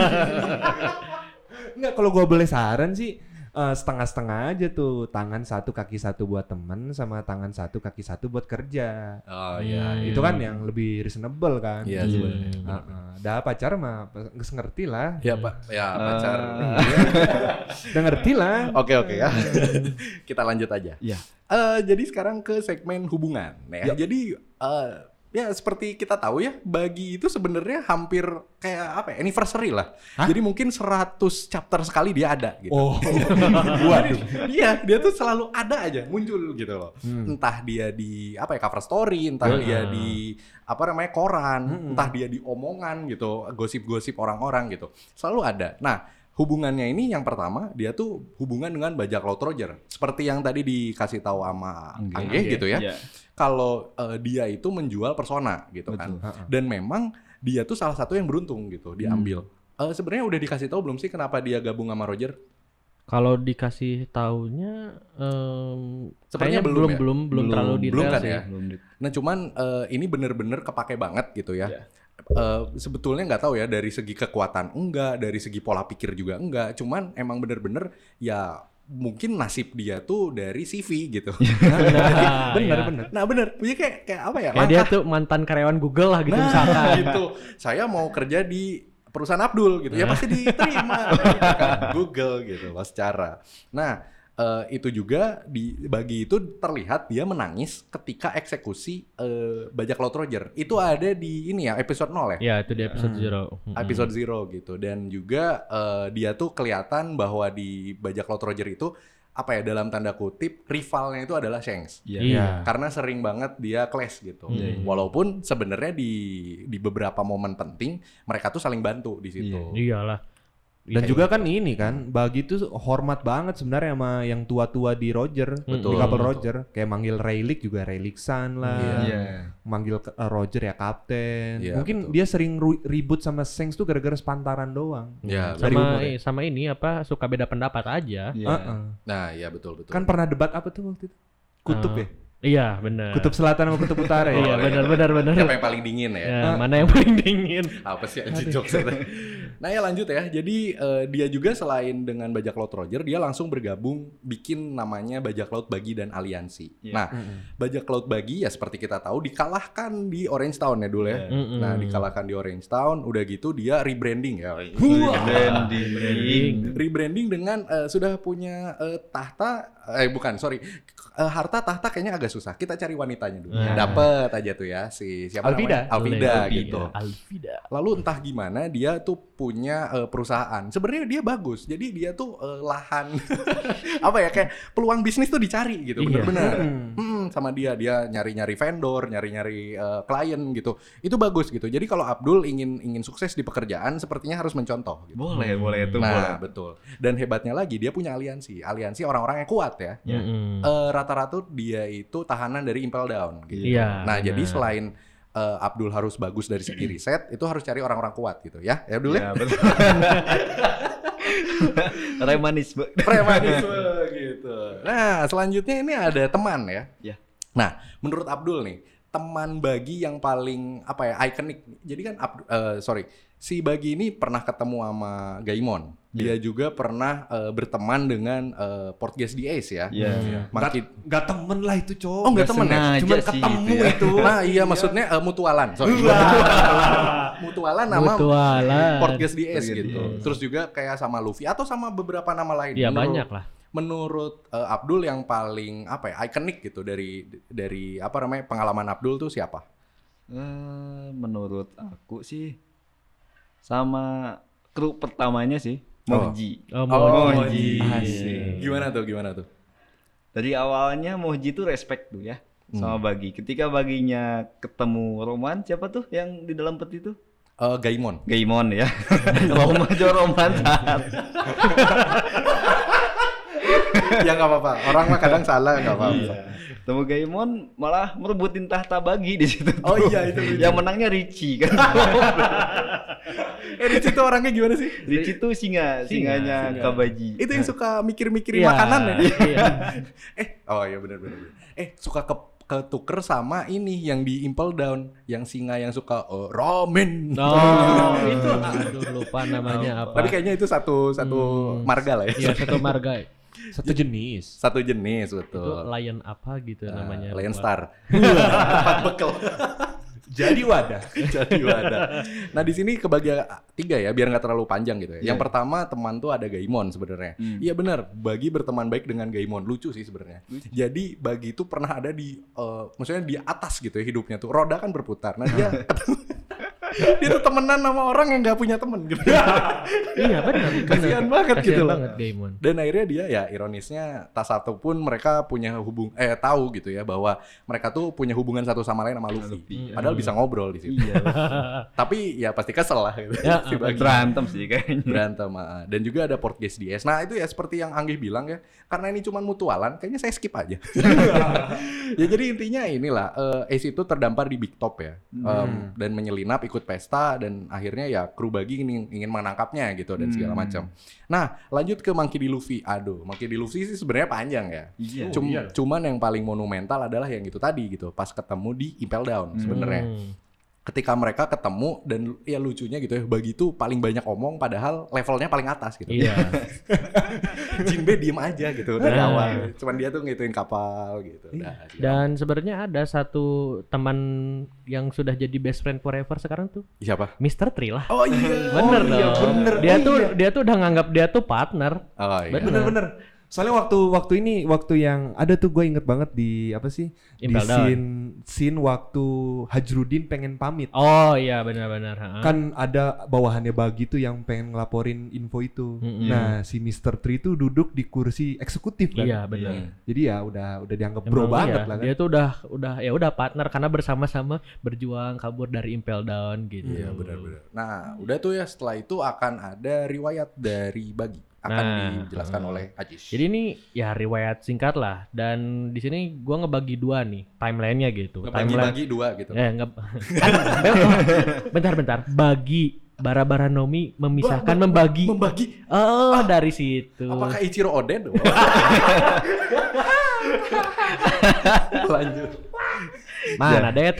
Enggak, kalau gua boleh saran sih eh, setengah-setengah aja tuh, tangan satu kaki satu buat temen sama tangan satu kaki satu buat kerja. Oh iya, iya. Itu kan yang lebih reasonable kan. Iya, Iya, sebenarnya. iya. Heeh. Dah pacar mah nggak ngerti lah. Ya, Pak. Ya, pacar. Udah ngerti lah. Oke, oke ya. Kita lanjut aja. Iya. Eh, jadi sekarang ke segmen hubungan. Nah, Ya. jadi eh, ya seperti kita tahu ya, Bagi itu sebenarnya hampir kayak apa ya, anniversary lah. Hah? Jadi mungkin seratus chapter sekali dia ada gitu. Oh. Waduh. Iya, dia tuh selalu ada aja muncul gitu loh. Hmm. Entah dia di apa ya, cover story, entah Hmm. dia di apa namanya koran, Hmm. entah dia di omongan gitu, gosip-gosip orang-orang gitu. Selalu ada. Nah, hubungannya ini yang pertama dia tuh hubungan dengan bajak laut Roger. Seperti yang tadi dikasih tahu sama Angge. Angge gitu ya. Iya. Kalau uh, dia itu menjual persona gitu kan. Betul. Dan memang dia tuh salah satu yang beruntung gitu diambil. Hmm. Uh, sebenarnya udah dikasih tahu belum sih kenapa dia gabung sama Roger? Kalau dikasih taunya em, Sepertinya kayaknya belum belum ya? belum belum terlalu Belum detail kan sih. ya? Belum di- Nah cuman uh, ini bener-bener kepake banget gitu ya. Iya. Uh, sebetulnya nggak tahu ya dari segi kekuatan enggak, dari segi pola pikir juga enggak. Cuman emang bener-bener ya mungkin nasib dia tuh dari C V gitu. Nah, Bener ya. bener. Nah bener, punya kayak kayak apa ya? Kayak dia tuh mantan karyawan Google lah gitu Nah, misalkan. gitu. Saya mau kerja di perusahaan Abdul gitu. Ya Nah. pasti diterima gitu kan. Google gitu loh secara. Nah, eh, itu juga di Bagi itu terlihat dia menangis ketika eksekusi eh, bajak laut Roger. Itu ada di ini ya episode nol ya. Ya itu di episode Hmm. zero. Episode zero gitu. Dan juga eh, dia tuh kelihatan bahwa di bajak laut Roger itu apa ya, dalam tanda kutip rivalnya itu adalah Shanks. Iya. Iya. Karena sering banget dia clash gitu. Hmm. Walaupun sebenarnya di di beberapa momen penting mereka tuh saling bantu di situ. Iyalah. Dan Kayak juga gitu. kan ini kan Bagi tuh hormat banget sebenarnya sama yang tua-tua di Roger, Betul, di kapal betul. Roger. Kayak manggil Rayleigh juga Rayleigh-san lah. Iya. Manggil ke- uh, Roger ya kapten. Iya, Mungkin betul. dia sering ru- ribut sama Shanks tuh gara-gara sepantaran doang. Ya, Dari Sama umur ya. eh, sama ini apa suka beda pendapat aja. Iya. Uh-uh. Nah, ya betul betul. Kan pernah debat apa tuh waktu itu? Kutub Eh, ya? Iya benar. Kutub selatan sama kutub utara ya? Iya benar benar benar. Siapa yang paling dingin ya? Ya, mana yang paling dingin? Apa sih anjing jokes itu? Nah ya lanjut ya. Jadi eh, dia juga selain dengan bajak laut Roger, dia langsung bergabung bikin namanya bajak laut Bagi dan Aliansi. Iya. Nah, bajak laut Bagi ya seperti kita tahu dikalahkan di Orange Town ya dulu ya. Iya. Mm-mm. Nah, dikalahkan di Orange Town, udah gitu dia rebranding ya. Branding. Rebranding dengan eh, sudah punya eh, tahta, eh bukan sorry, Eh, harta tahta kayaknya agak susah. Kita cari wanitanya dulu. Nah. Dapet aja tuh ya si siapa Alvida. namanya? Alvida Alvida. gitu. Alvida. Lalu entah gimana dia tuh punya eh, perusahaan. Sebenarnya dia bagus. Jadi dia tuh eh, lahan apa ya, kayak peluang bisnis tuh dicari gitu. Iya. Bener-bener. Hmm. Hmm, sama dia dia nyari-nyari vendor, nyari-nyari eh, klien gitu. Itu bagus gitu. Jadi kalau Abdul ingin ingin sukses di pekerjaan sepertinya harus mencontoh gitu. Boleh, boleh itu Nah, boleh. betul. Dan hebatnya lagi dia punya aliansi. Aliansi orang-orang yang kuat ya. Ya. Mm-mm. Eh, rata-rata dia itu tahanan dari Impel Down gitu. Iya, Nah, jadi benar. selain eh, Abdul harus bagus dari segi riset, itu harus cari orang-orang kuat gitu ya. Ya Abdul ya. Ya, betul. Remanisme. Premanisme gitu. Nah, selanjutnya ini ada teman ya. Ya. Nah, menurut Abdul nih, teman Bagi yang paling apa ya, ikonik. Jadi kan Abdul, eh, sorry, si Bagi ini pernah ketemu sama Gaimon. Dia juga pernah eh, berteman dengan eh, Portgas di Ace ya. Iya. Makin Gak temen lah itu cowok. Oh, nggak temen ya? sengaja Cuman sih ketemu gitu ya. itu. Nah iya maksudnya eh, mutualan, sorry. mutualan nama Mutualan. Portgas di S Portgas gitu. di S. Terus juga kayak sama Luffy atau sama beberapa nama lain. Iya Menurut- banyak lah. Menurut eh, Abdul yang paling apa ya, ikonik gitu dari dari apa namanya pengalaman Abdul tuh siapa? Eh, menurut aku sih sama kru pertamanya sih Moji. Oh, Oh, Moji. Asik. Gimana tuh? Gimana tuh? Dari awalnya Moji tuh respect tuh ya sama Bagi. Ketika Baginya ketemu Roman, siapa tuh yang di dalam peti tuh? Eh, Gaimon. Gaimon ya. Roman aja Roman saat. Ya nggak apa-apa. Orang mah kadang salah nggak apa-apa. Temu Gaimon malah merebutin tahta Bagi di situ. Oh tuh. iya, itu lucu. Yang menangnya Richie kan. Eh Rich itu orangnya gimana sih? Richie tuh singa, Singa, singanya singa. Kabaji. Itu yang suka mikir-mikirin Iya, makanan ya? iya. eh, oh iya benar-benar. Eh, suka ke ketuker sama ini yang di Impel Down, yang singa yang suka oh, ramen. Oh, itu aduh lupa namanya apa. Tapi kayaknya itu satu satu Hmm. marga lah ya. Iya, satu marga. Satu jenis. Satu jenis Itu betul. lion apa gitu Nah, namanya. Lion lupa. Star. Tempat bekel. Jadi wadah. Jadi wadah. Nah di sini kebagi tiga ya, biar nggak terlalu panjang gitu ya. Yang Yeah. pertama teman tuh ada Gaimon sebenarnya. Hmm. Iya benar, Bagi berteman baik dengan Gaimon, lucu sih sebenarnya. Jadi Bagi itu pernah ada di, uh, maksudnya di atas gitu ya hidupnya tuh. Roda kan berputar. Nah dia dia tuh temenan sama orang yang nggak punya temen gitu. Iya benar. Kasihan banget Kasihan gitu loh. banget Gaimon. Dan akhirnya dia ya ironisnya tak satu pun mereka punya hubung eh tahu gitu ya bahwa mereka tuh punya hubungan satu sama lain sama Luffy. Luffy, ya. Padahal bisa ngobrol di situ. Iya. Tapi ya pasti kesel lah gitu. Ya, Si Bagi. Berantem sih kayaknya. Berantem. ah. Dan juga ada Portgas D S. Nah itu ya seperti yang Anggi bilang ya, karena ini cuma mutualan, kayaknya saya skip aja. Ya jadi intinya inilah, uh, Ace itu terdampar di Big Top ya, um, dan menyelinap ikut pesta dan akhirnya ya kru Bagi ingin, ingin menangkapnya gitu dan segala Hmm. macam. Nah lanjut ke Monkey D. Luffy. Aduh, Monkey D. Luffy sih sebenarnya panjang ya. Iya. Cum- iya. Cuman yang paling monumental adalah yang itu tadi gitu, pas ketemu di Impel Down sebenarnya. Hmm. Ketika mereka ketemu dan ya lucunya gitu ya, Bagi itu paling banyak omong padahal levelnya paling atas gitu. Iya. Jinbe diem aja gitu dari Nah. awal. Cuman dia tuh ngituin kapal gitu. Dah, segala Dan sebenarnya ada satu teman yang sudah jadi best friend forever sekarang tuh, Siapa? mister Tree lah. Oh iya. Bener iya, dong. bener. Dia Oh tuh iya. dia tuh udah nganggap dia tuh partner. Oh iya. Bener. Bener-bener. Soalnya waktu waktu ini waktu yang ada tuh gue inget banget di apa sih di Impel Down. scene scene waktu Hajrudin pengen pamit. Oh iya benar-benar. ha. Kan ada bawahannya Bagi tuh yang pengen ngelaporin info itu. Mm-mm. Nah si mister Tree tuh duduk di kursi eksekutif kan. Iya benar. Jadi ya udah udah dianggap bro Emang banget iya, lah kan. Dia tuh udah udah ya udah partner karena bersama-sama berjuang kabur dari Impel Down gitu. Iya benar-benar. Nah udah tuh ya, setelah itu akan ada riwayat dari Bagi. Akan Nah, dijelaskan uh. oleh Ajis. Jadi ini ya riwayat singkat lah, dan di sini gua ngebagi dua nih timelinenya gitu. Bagi-bagi dua gitu. Eh nggak bentar-bentar. Bagi Bara-Bara Nomi memisahkan Ba- ba- membagi. Membagi. Oh dari situ. Apakah Ichiro Oden? Lanjut. Mana Det?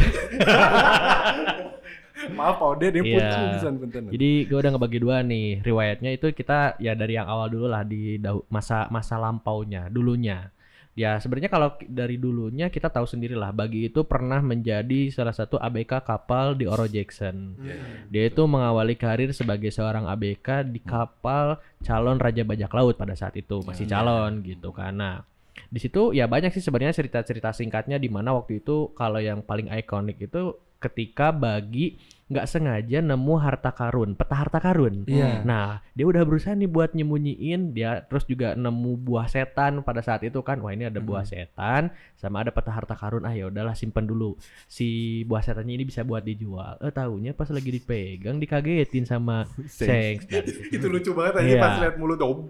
Maaf Pak Oden ya, Iya. punten pisan, punten. Jadi gue udah ngebagi dua nih riwayatnya itu, kita ya dari yang awal dulu lah, di dahu- masa masa lampaunya dulunya. Ya sebenarnya kalau ki- dari dulunya kita tahu sendiri lah, Bagi itu pernah menjadi salah satu A B K kapal di Oro Jackson. Dia itu mengawali karir sebagai seorang A B K di kapal calon Raja Bajak Laut pada saat itu, masih calon gitu kan. Nah, di situ ya banyak sih sebenarnya cerita-cerita singkatnya, di mana waktu itu kalau yang paling ikonik itu ketika Bagi nggak sengaja nemu harta karun, peta harta karun. Iya. Nah, dia udah berusaha nih buat nyembunyiin, dia terus juga nemu buah setan pada saat itu kan. Wah, ini ada buah setan sama ada peta harta karun. Ah ya udahlah, simpen dulu. Si buah setannya ini bisa buat dijual. Eh tahunya pas lagi dipegang dikagetin sama Shanks. Dari situ. Itu lucu banget aja Iya. pas lihat mulut om.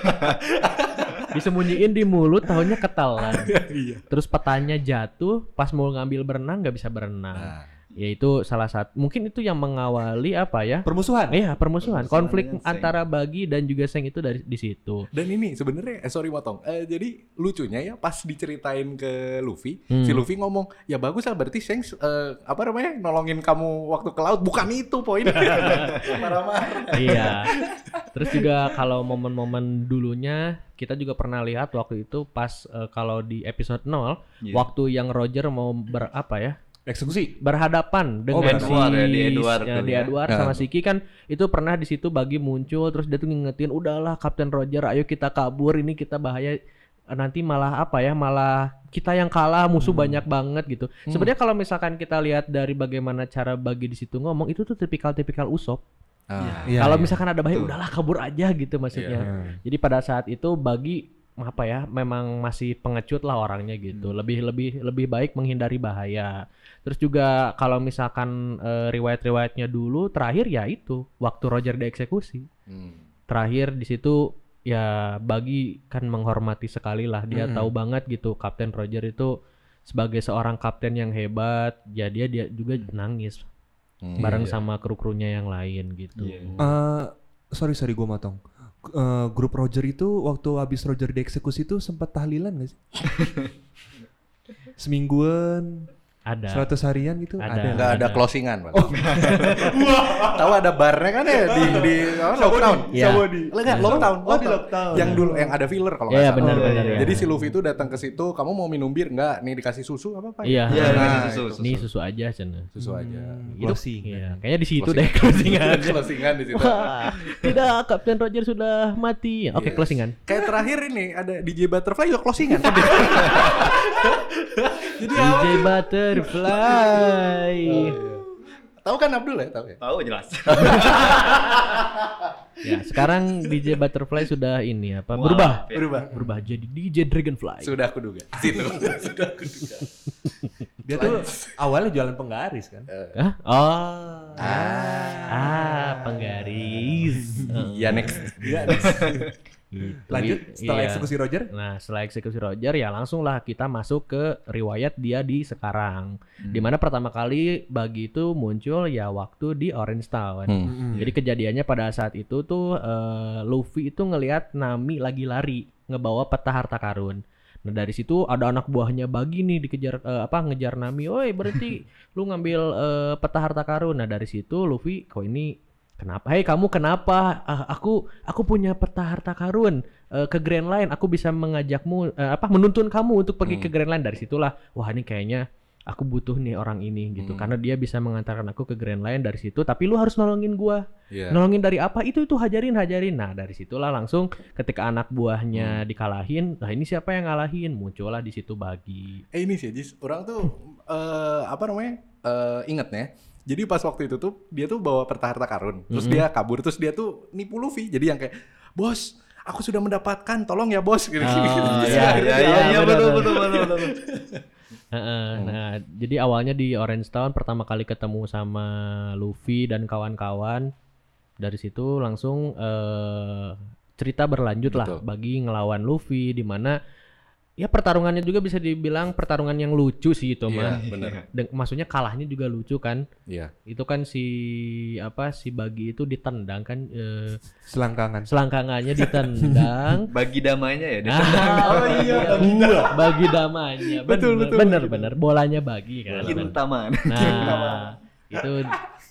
Disembunyiin di mulut, tahunya ketelan. Iya. Terus petanya jatuh, pas mau ngambil berenang nggak bisa berenang. Nah, Ya itu salah satu, mungkin itu yang mengawali apa ya? Permusuhan. Iya, permusuhan, Permusuhan konflik dengan Seng. antara Bagi dan juga Seng itu dari di situ. dan ini sebenarnya eh sorry motong. Eh, jadi lucunya ya pas diceritain ke Luffy, Hmm. si Luffy ngomong, "Ya bagus lah, berarti Shanks eh, apa namanya? nolongin kamu waktu ke laut." Bukan itu poin. Marah-marah. Iya. Terus juga kalau momen-momen dulunya kita juga pernah lihat waktu itu pas eh, kalau di episode nol, Iya. waktu yang Roger mau ber apa ya? Eksekusi. berhadapan dengan benar. si Edward ya, di Edward ya, tuh di ya. Edward Ya. sama Siki kan, itu pernah di situ Bagi muncul, terus dia tuh ngingetin, udahlah Kapten Roger, ayo kita kabur, ini kita bahaya, nanti malah apa ya, malah kita yang kalah, musuh banyak banget gitu. Sebenarnya kalau misalkan kita lihat dari bagaimana cara Bagi di situ ngomong, itu tuh tipikal-tipikal Usop. Ah. Iya, Kalau iya. misalkan ada bahaya, Betul. udahlah kabur aja gitu maksudnya. Iya. Jadi pada saat itu Bagi apa ya, memang masih pengecut lah orangnya gitu. Lebih lebih lebih baik menghindari bahaya. Terus juga kalau misalkan eh, riwayat-riwayatnya dulu terakhir ya itu waktu Roger dieksekusi. Hmm. Terakhir di situ ya Bagi kan menghormati sekali lah. Dia Mm-mm. tahu banget gitu Kapten Roger itu sebagai seorang kapten yang hebat. Ya dia dia juga nangis Hmm. bareng Iya. sama kru-krunya yang lain gitu. Iya. Eh, sorry sorry gue motong. Eh, grup Roger itu waktu habis Roger dieksekusi itu sempat tahlilan gak sih? Semingguan. Ada. seratus harian gitu Ada. ada. Nggak ada closingan, Bang. Tahu ada barnya kan ya di di oh, lockdown. Iya. Enggak, lockdown. Oh, di lockdown. Yang dulu yang ada filler kalau Iya, nggak salah. benar, Oh, benar, iya. ya. Jadi si Luffy itu datang ke situ, kamu mau minum bir enggak? Nih dikasih susu apa Pak? Iya. Iya, Nah, dikasih itu. susu. Ini susu aja cenah. Susu aja. Itu Closing. iya, kayaknya di situ Closing. deh closingan. Closingan di situ. Wah, tidak, Kapten Roger sudah mati. Oke, Yes. closingan. Kayak terakhir ini ada D J Butterfly juga closingan. Jadi D J Butterfly. tahu kan Abdul ya, tahu ya? Tahu jelas. Ya, sekarang D J Butterfly sudah ini apa? Wah, Berubah. fit. Berubah. Berubah jadi D J Dragonfly. Sudah aku duga. Situ. Sudah aku duga. Dia tuh awalnya jualan penggaris kan. Hah? Oh. Ah. Ah, penggaris. Iya next. Iya. Gitu. Lanjut setelah Iya. eksekusi Roger. Nah, setelah eksekusi Roger ya langsung lah kita masuk ke riwayat dia di sekarang. Dimana pertama kali Buggy itu muncul ya waktu di Orange Town. Hmm. Jadi kejadiannya pada saat itu tuh eh, Luffy itu ngelihat Nami lagi lari ngebawa peta harta karun. Nah dari situ ada anak buahnya Buggy nih dikejar eh, apa ngejar Nami. Woi berhenti, lu ngambil eh, peta harta karun. Nah dari situ Luffy kok ini kenapa? Hei kamu kenapa? Ah, aku aku punya peta harta karun eh, ke Grand Line. Aku bisa mengajakmu eh, apa menuntun kamu untuk pergi ke Grand Line. Dari situlah wah ini kayaknya aku butuh nih orang ini gitu Hmm. karena dia bisa mengantarkan aku ke Grand Line dari situ. Tapi lu harus nolongin gua. Iya. Nolongin dari apa? Itu itu hajarin hajarin. Nah dari situlah langsung ketika anak buahnya dikalahin. Nah ini siapa yang ngalahin? Muncullah di situ Buggy. Eh ini sih Jis, orang tuh eh apa namanya? Eh inget nih. Jadi pas waktu itu tuh dia tuh bawa peta harta karun. Terus Mm-hmm. dia kabur, terus dia tuh nipu Luffy. Jadi yang kayak, "Bos, aku sudah mendapatkan, tolong ya, Bos." Gitu. Oh, Jadi iya, akhirnya Iya dia- iya iya benar, betul benar. betul betul betul. Heeh, Nah jadi awalnya di Orange Town pertama kali ketemu sama Luffy dan kawan-kawan. Dari situ langsung eh, cerita berlanjut lah Betul. Buggy ngelawan Luffy di mana ya pertarungannya juga bisa dibilang pertarungan yang lucu sih itu Iya, mah. benar. Dan maksudnya kalahnya juga lucu kan. Iya. Itu kan si apa si Buggy itu ditendang kan eh, Selangkangan. selangkangannya ditendang. Bagi damainya ya. dia. Ah, Oh iya, iya, Bagi damanya. Bener, Betul, betul, bener, betul. bener. Bolanya Buggy kan. Kintaman. Nah, itu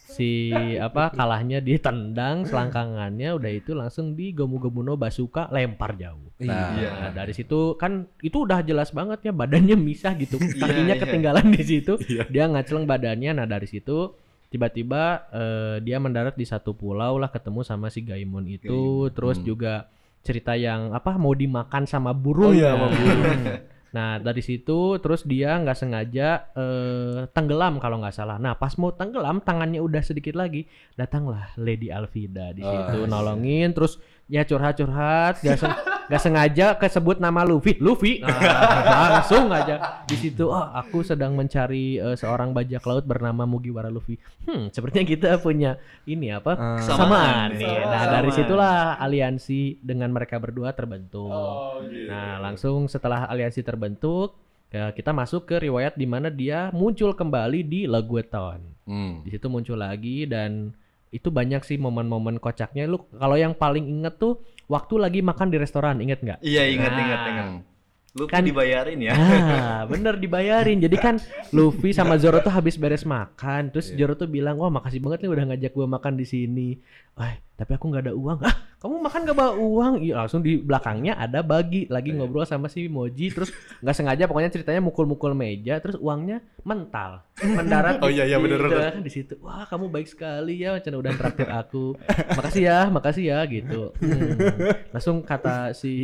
si apa kalahnya ditendang selangkangannya udah itu langsung di Gomu-Gomu no Bazooka lempar jauh. Nah, Nah, dari situ kan itu udah jelas banget ya badannya misah gitu. Kakinya iya. ketinggalan di situ. Dia ngaceleng badannya. Nah, dari situ tiba-tiba eh, dia mendarat di satu pulau lah ketemu sama si Gaimon itu. Terus Hmm. juga cerita yang apa mau dimakan sama burung. Oh iya, ya. sama burung. Nah dari situ terus dia nggak sengaja eh, tenggelam kalau nggak salah. Nah pas mau tenggelam tangannya udah sedikit lagi datanglah Lady Alvida di Oh, situ iya. nolongin terus ya curhat-curhat nggak sen- nggak sengaja kesebut nama Luffy Luffy nah, langsung aja di situ oh aku sedang mencari eh, seorang bajak laut bernama Mugiwara Luffy. Hmm sepertinya kita punya ini apa Eh, kesamaan nih. Kesamaan. Nah dari Kesamaan. situlah aliansi dengan mereka berdua terbentuk. Oh, gitu. Nah, langsung setelah aliansi terbentuk, ya, kita masuk ke riwayat di mana dia muncul kembali di Lagueton. Hmm. Di situ muncul lagi dan itu banyak sih momen-momen kocaknya. Lu kalau yang paling inget tuh waktu lagi makan di restoran, inget nggak? Iya ingat Nah. ingat ingat. Lu Kan- kan dibayarin ya. Ah, bener dibayarin. Jadi kan Luffy sama Zoro tuh habis beres makan, terus Iya. Zoro tuh bilang, "Wah, makasih banget nih udah ngajak gua makan di sini." Wah, tapi aku nggak ada uang. Ah, kamu makan gak bawa uang? Iya, langsung di belakangnya ada Buggy lagi Iya. ngobrol sama si Moji, terus nggak sengaja pokoknya ceritanya mukul-mukul meja, terus uangnya mental, mendarat. Oh iya, iya, di- bener, di- bener. di situ. Wah, kamu baik sekali ya, macam udah traktir aku. Makasih ya, makasih ya gitu. Hmm. Langsung kata si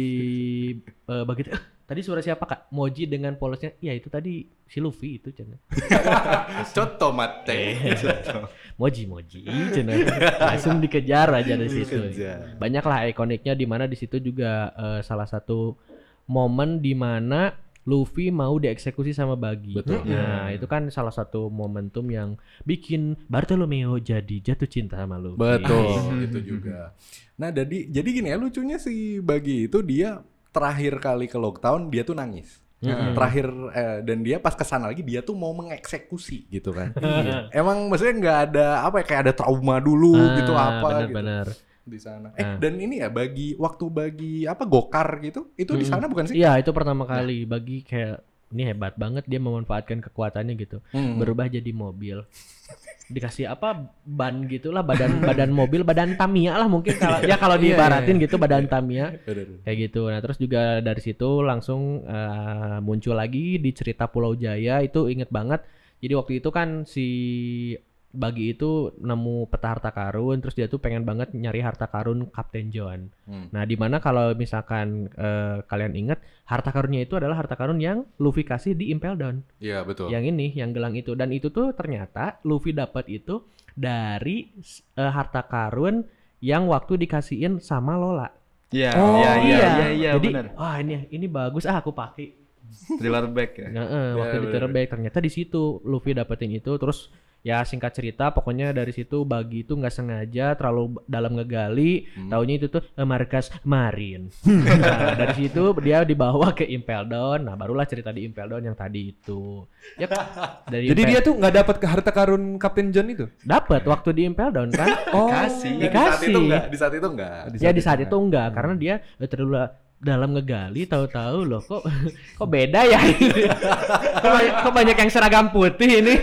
eh, Buggy, "Eh, tadi suara siapa kak? Moji dengan polosnya, iya itu tadi si Luffy itu cina. Coto mate. Moji Moji cina. Langsung dikejar aja dari situ. Dikejar. Banyak lah ikoniknya di mana di situ juga eh, salah satu momen di mana Luffy mau dieksekusi sama Buggy. Betul. Nah itu kan salah satu momentum yang bikin Bartolomeo jadi jatuh cinta sama Luffy. Betul, itu juga. Nah, jadi jadi gini ya lucunya si Buggy itu dia terakhir kali ke Lockdown dia tuh nangis. Mm-mm. Terakhir eh, dan dia pas kesana lagi dia tuh mau mengeksekusi gitu kan. Iya. Emang maksudnya nggak ada apa ya kayak ada trauma dulu gitu Ah, apa gitu bener-bener. di sana. Eh Ah. dan ini ya bagi waktu bagi apa gokar gitu itu di sana bukan sih? Iya itu pertama kali Buggy kayak ini hebat banget dia memanfaatkan kekuatannya gitu. Hmm. Berubah jadi mobil. Dikasih apa ban gitulah badan badan mobil badan Tamiya lah mungkin kalau ya kalau diibaratin gitu badan Tamiya kayak gitu. Nah terus juga dari situ langsung uh, muncul lagi di cerita Pulau Jaya itu inget banget. Jadi waktu itu kan si Bagi itu nemu peta harta karun, terus dia tuh pengen banget nyari harta karun Kapten John. Hmm. Nah, dimana kalau misalkan uh, kalian ingat, harta karunnya itu adalah harta karun yang Luffy kasih di Impel Down. Iya betul. Yang ini, yang gelang itu, dan itu tuh ternyata Luffy dapat itu dari uh, harta karun yang waktu dikasihin sama Lola. Iya, oh, iya, iya, iya, iya, jadi, benar. wah ini ini bagus, ah aku pakai. Thriller back ya. Nah, eh, waktu ya, di thriller back ternyata di situ Luffy dapetin itu, terus ya singkat cerita pokoknya dari situ Bagi itu nggak sengaja terlalu dalam ngegali, hmm. taunya itu tuh eh, markas Marine. Nah, dari situ dia dibawa ke Impel Down. Nah barulah cerita di Impel Down yang tadi itu. Yep, dari Jadi Impel... dia tuh nggak dapat ke harta karun Kapten John itu? Dapat waktu di Impel Down kan? Oh, dikasih. Dikasih. Di saat itu enggak. Ya di saat itu enggak, karena dia eh, terlalu dalam ngegali, tahu-tahu loh kok kok beda ya ini. kok, banyak, kok banyak yang seragam putih ini.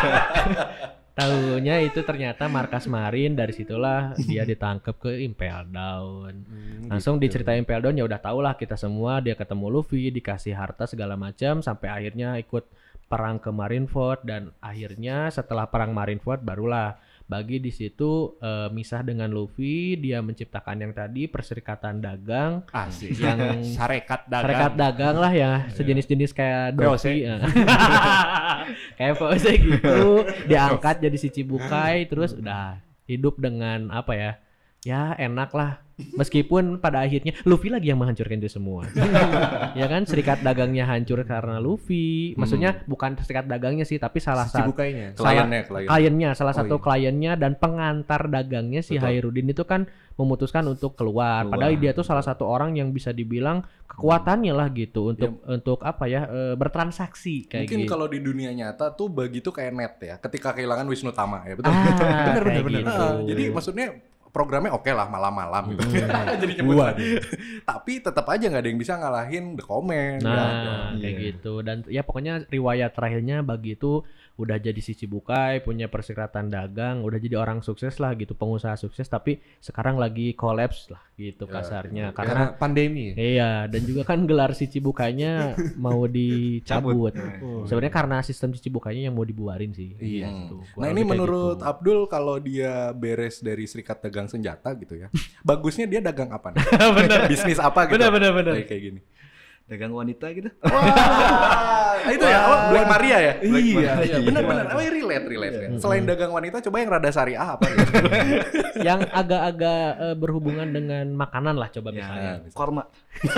Tahunya itu ternyata markas Marine, dari situlah dia ditangkap ke Impel Down. Hmm, Langsung gitu. Diceritain Impel Down ya udah tau lah kita semua, dia ketemu Luffy, dikasih harta segala macam sampai akhirnya ikut perang ke Marineford, dan akhirnya setelah perang Marineford barulah Bagi di situ uh, misah dengan Luffy, dia menciptakan yang tadi perserikatan dagang. Asik. Yang Sarekat dagang. Sarekat dagang lah ya, sejenis-jenis kayak Doki. Kayak V O C gitu, diangkat jadi si Chibukai, terus udah hidup dengan apa ya? Ya enak lah. Meskipun pada akhirnya Luffy lagi yang menghancurkan itu semua. Ya kan, serikat dagangnya hancur karena Luffy. Maksudnya hmm. bukan serikat dagangnya sih, tapi salah satu kliennya, kliennya, kliennya salah oh, satu iya. kliennya dan pengantar dagangnya si Hairudin itu kan memutuskan untuk keluar. keluar. Padahal dia tuh salah satu orang yang bisa dibilang kekuatannya lah gitu untuk ya. untuk apa ya e, bertransaksi kayak mungkin gitu. Kalau di dunia nyata tuh Bagi tuh kayak net ya, ketika kehilangan Wisnu Tama ya betul. Ah, bener bener bener. gitu. Nah, jadi maksudnya programnya oke okay lah malam-malam gitu. Jadi nyebut. Tapi tetap aja nggak ada yang bisa ngalahin The Comment. Nah, ya. kayak yeah. gitu. Dan ya pokoknya riwayat terakhirnya Bagi itu udah jadi si Chibukai, punya perserikatan dagang, udah jadi orang sukses lah gitu, pengusaha sukses, tapi sekarang lagi collapse lah gitu kasarnya. Ya, karena, karena pandemi. Iya, dan juga kan gelar si Chibukainya mau dicabut. Oh. Sebenarnya karena sistem si Chibukainya yang mau dibuarin sih. Iya. Gitu. Nah ini menurut gitu. Abdul, kalau dia beres dari serikat dagang senjata gitu ya, bagusnya dia dagang apa nih? Bener. Bisnis apa gitu? Bener bener bener. Kayak, kayak gini. Dagang wanita gitu. Wah, itu ya, oh, Black Maria ya? Black Iya, Maria. benar-benar. Oh, relate, relate ya. Selain dagang wanita, coba yang rada syariah apa gitu? Yang agak-agak uh, berhubungan dengan makanan lah, coba misalnya. Ya, korma.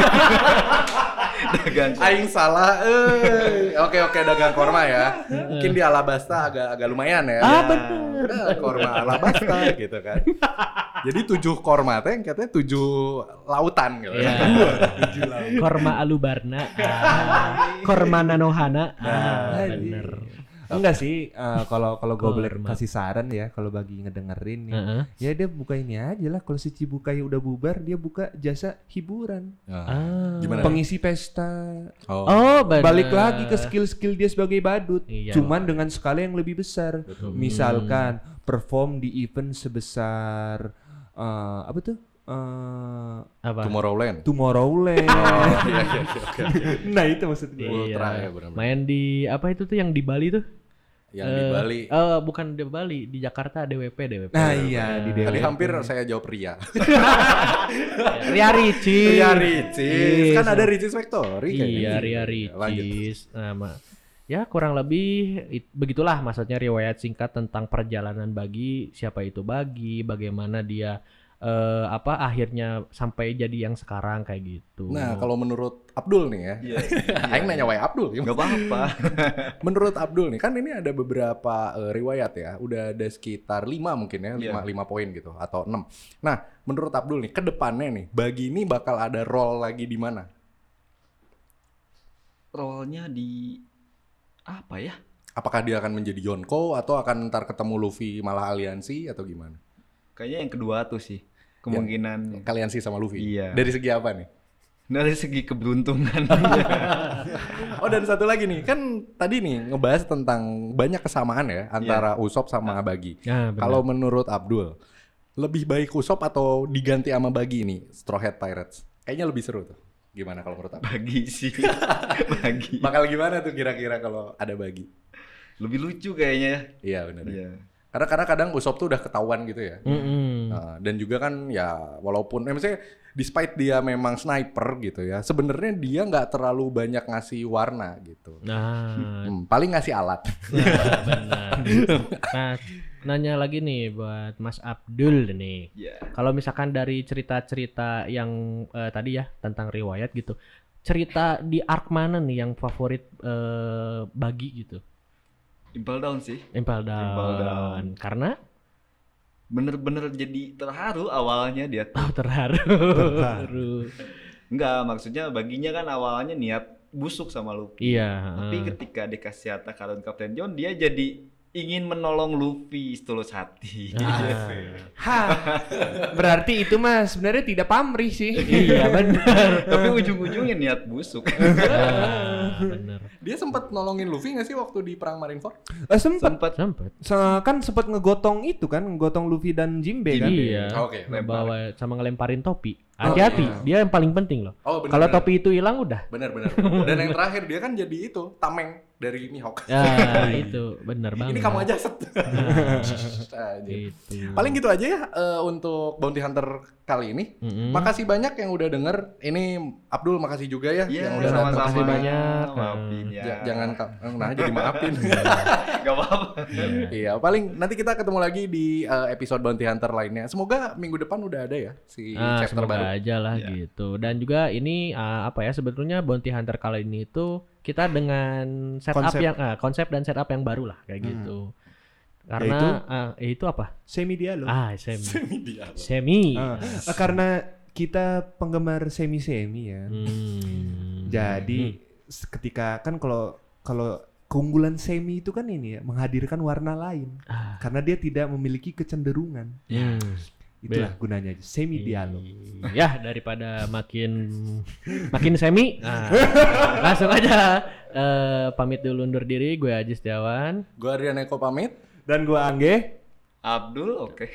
Dagang. Aing salah. Eh, oke oke dagang korma ya. Mungkin di Alabasta agak agak lumayan ya. Ah bener. Nah, korma Alabasta gitu kan. Jadi tujuh korma teh katanya tujuh lautan gitu. Ya. Tujuh lautan. Korma Alubarna. Ah. Korma Nanohana. Ah, bener. Enggak sih, uh, kalau kalau gue boleh Korma. kasih saran ya, kalau Bagi ngedengerin nih, Uh-huh. ya dia buka ini aja lah. Kalau si Chibukai udah bubar, dia buka jasa hiburan, Ah. Gimana? pengisi pesta. Oh. Oh, bener. Balik lagi ke skill-skill dia sebagai badut, Iya. cuman dengan skala yang lebih besar. Betul. Misalkan perform di event sebesar uh, apa tuh? Uh, Apa? Tomorrowland. Tomorrowland. Oh, iya iya iya. oke. Nah itu maksudnya. Ultra Iya. ya, benar-benar. Main di apa itu tuh yang di Bali tuh? Yang di Eh, Bali. eh, bukan di Bali, di Jakarta D W P, D W P. Nah iya di Tadi Dewa. hampir saya jawab Ria. Ria Ricis. Ria Ricis. Kan Iya. ada Ricis Factory kayaknya. Iya, Ria Lanjut. Ricis. Nama. Ya kurang lebih it- begitulah maksudnya riwayat singkat tentang perjalanan Bagi, siapa itu Bagi, bagaimana dia eh, apa akhirnya sampai jadi yang sekarang kayak gitu. Nah, kalau menurut Abdul nih ya. Iya. Aing nanya wae Abdul. Enggak apa-apa. Menurut Abdul nih, kan ini ada beberapa uh, riwayat ya. Udah ada sekitar lima mungkin ya, lima, Iya. lima poin gitu atau enam. Nah, menurut Abdul nih, ke depannya nih, Bagi ini bakal ada role lagi di mana? Role-nya di apa ya? Apakah dia akan menjadi Yonko atau akan ntar ketemu Luffy malah aliansi atau gimana? Kayaknya yang kedua tuh sih kemungkinannya. Aliansi sama Luffy. Iya. Dari segi apa nih? Dari segi keberuntungan. Oh dan satu lagi nih, kan tadi nih ngebahas tentang banyak kesamaan ya antara Usop sama Bagi. Ya, benar. Kalau menurut Abdul, lebih baik Usop atau diganti sama Bagi nih, Straw Hat Pirates? Kayaknya lebih seru tuh. Gimana kalau menurut Abdul? Bagi sih. Bagi. Bakal gimana tuh kira-kira kalau ada Bagi? Lebih lucu kayaknya ya. Iya benar. Iya. Karena karena kadang Usop tuh udah ketahuan gitu ya. Mm-mm. Nah, dan juga kan ya walaupun eh, maksudnya despite dia memang sniper gitu ya, sebenarnya dia nggak terlalu banyak ngasih warna gitu. Nah, Hmm, paling ngasih alat. nah, benar. Nah, nanya lagi nih buat Mas Abdul nih. Iya. Kalau misalkan dari cerita-cerita yang eh, tadi ya tentang riwayat gitu, cerita di arc mana nih yang favorit eh, Bagi gitu? Impel Down sih. Impel Down. Impel Down. Karena Bener-bener jadi terharu awalnya dia tuh. oh terharu. Terharu. Enggak, maksudnya Baginya kan awalnya niat busuk sama Luffy. Iya. Tapi eh. ketika dikasih harta karun Kapten John, dia jadi ingin menolong Luffy setulus hati. Ah. Hah. Berarti itu mah sebenarnya tidak pamrih sih. Iya benar. Tapi ujung-ujungnya niat busuk. Ah, benar. Dia sempat nolongin Luffy nggak sih waktu di perang Marineford? Eh, sempat Sempat Sempet. Se- kan sempat ngegotong itu kan, ngegotong Luffy dan Jinbe kan. Iya. Oke, Bawa sama ngelemparin topi. Hati-hati, dia yang paling penting loh. Oh, bener, Kalau bener. topi itu hilang udah. Bener-bener. Dan yang terakhir dia kan jadi itu tameng dari Mihawk. Ya, itu benar banget. Ini kamu aja set. Anjir. Gitu. Paling gitu aja ya eh, untuk Bounty Hunter kali ini. Mm-mm. Makasih banyak yang udah denger. Ini Abdul makasih juga ya Iya, yang udah datang. sama-sama. Makasih banyak. Maafin ya. Ja- jangan ka- nah jadi maafin. Gak apa-apa. Iya, paling nanti kita ketemu lagi di eh, episode Bounty Hunter lainnya. Semoga minggu depan udah ada ya si Ah, chapter semoga baru. aja lah Ya. gitu. Dan juga ini ah, apa ya sebetulnya Bounty Hunter kali ini itu kita dengan setup Konsep. yang ah, konsep dan setup yang baru lah kayak Hmm. gitu. Karena Yaitu? ah, eh, itu apa? Semi dialog. Ah, semi. Ini dia. Semi. Ah, eh, karena kita penggemar semi-semi ya. Hmm. Jadi s- ketika kan kalau kalau keunggulan semi itu kan ini ya, menghadirkan warna lain. Ah. Karena dia tidak memiliki kecenderungan. Hmm. Itulah gunanya semi dialog. Ya daripada makin makin semi, nah, langsung aja eh, pamit dulu undur diri. Gue Aji Setiawan. Gue Adrian Eko pamit. Dan gua Angge. Abdul, oke.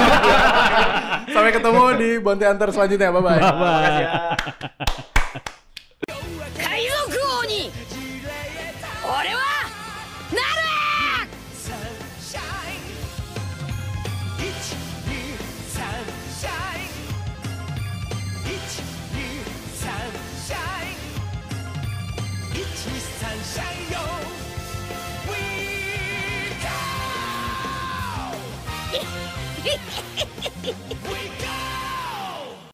Sampai ketemu di Bounty Hunter selanjutnya. Bye bye. Makasih ya. 海賊王に俺はなる「We go!」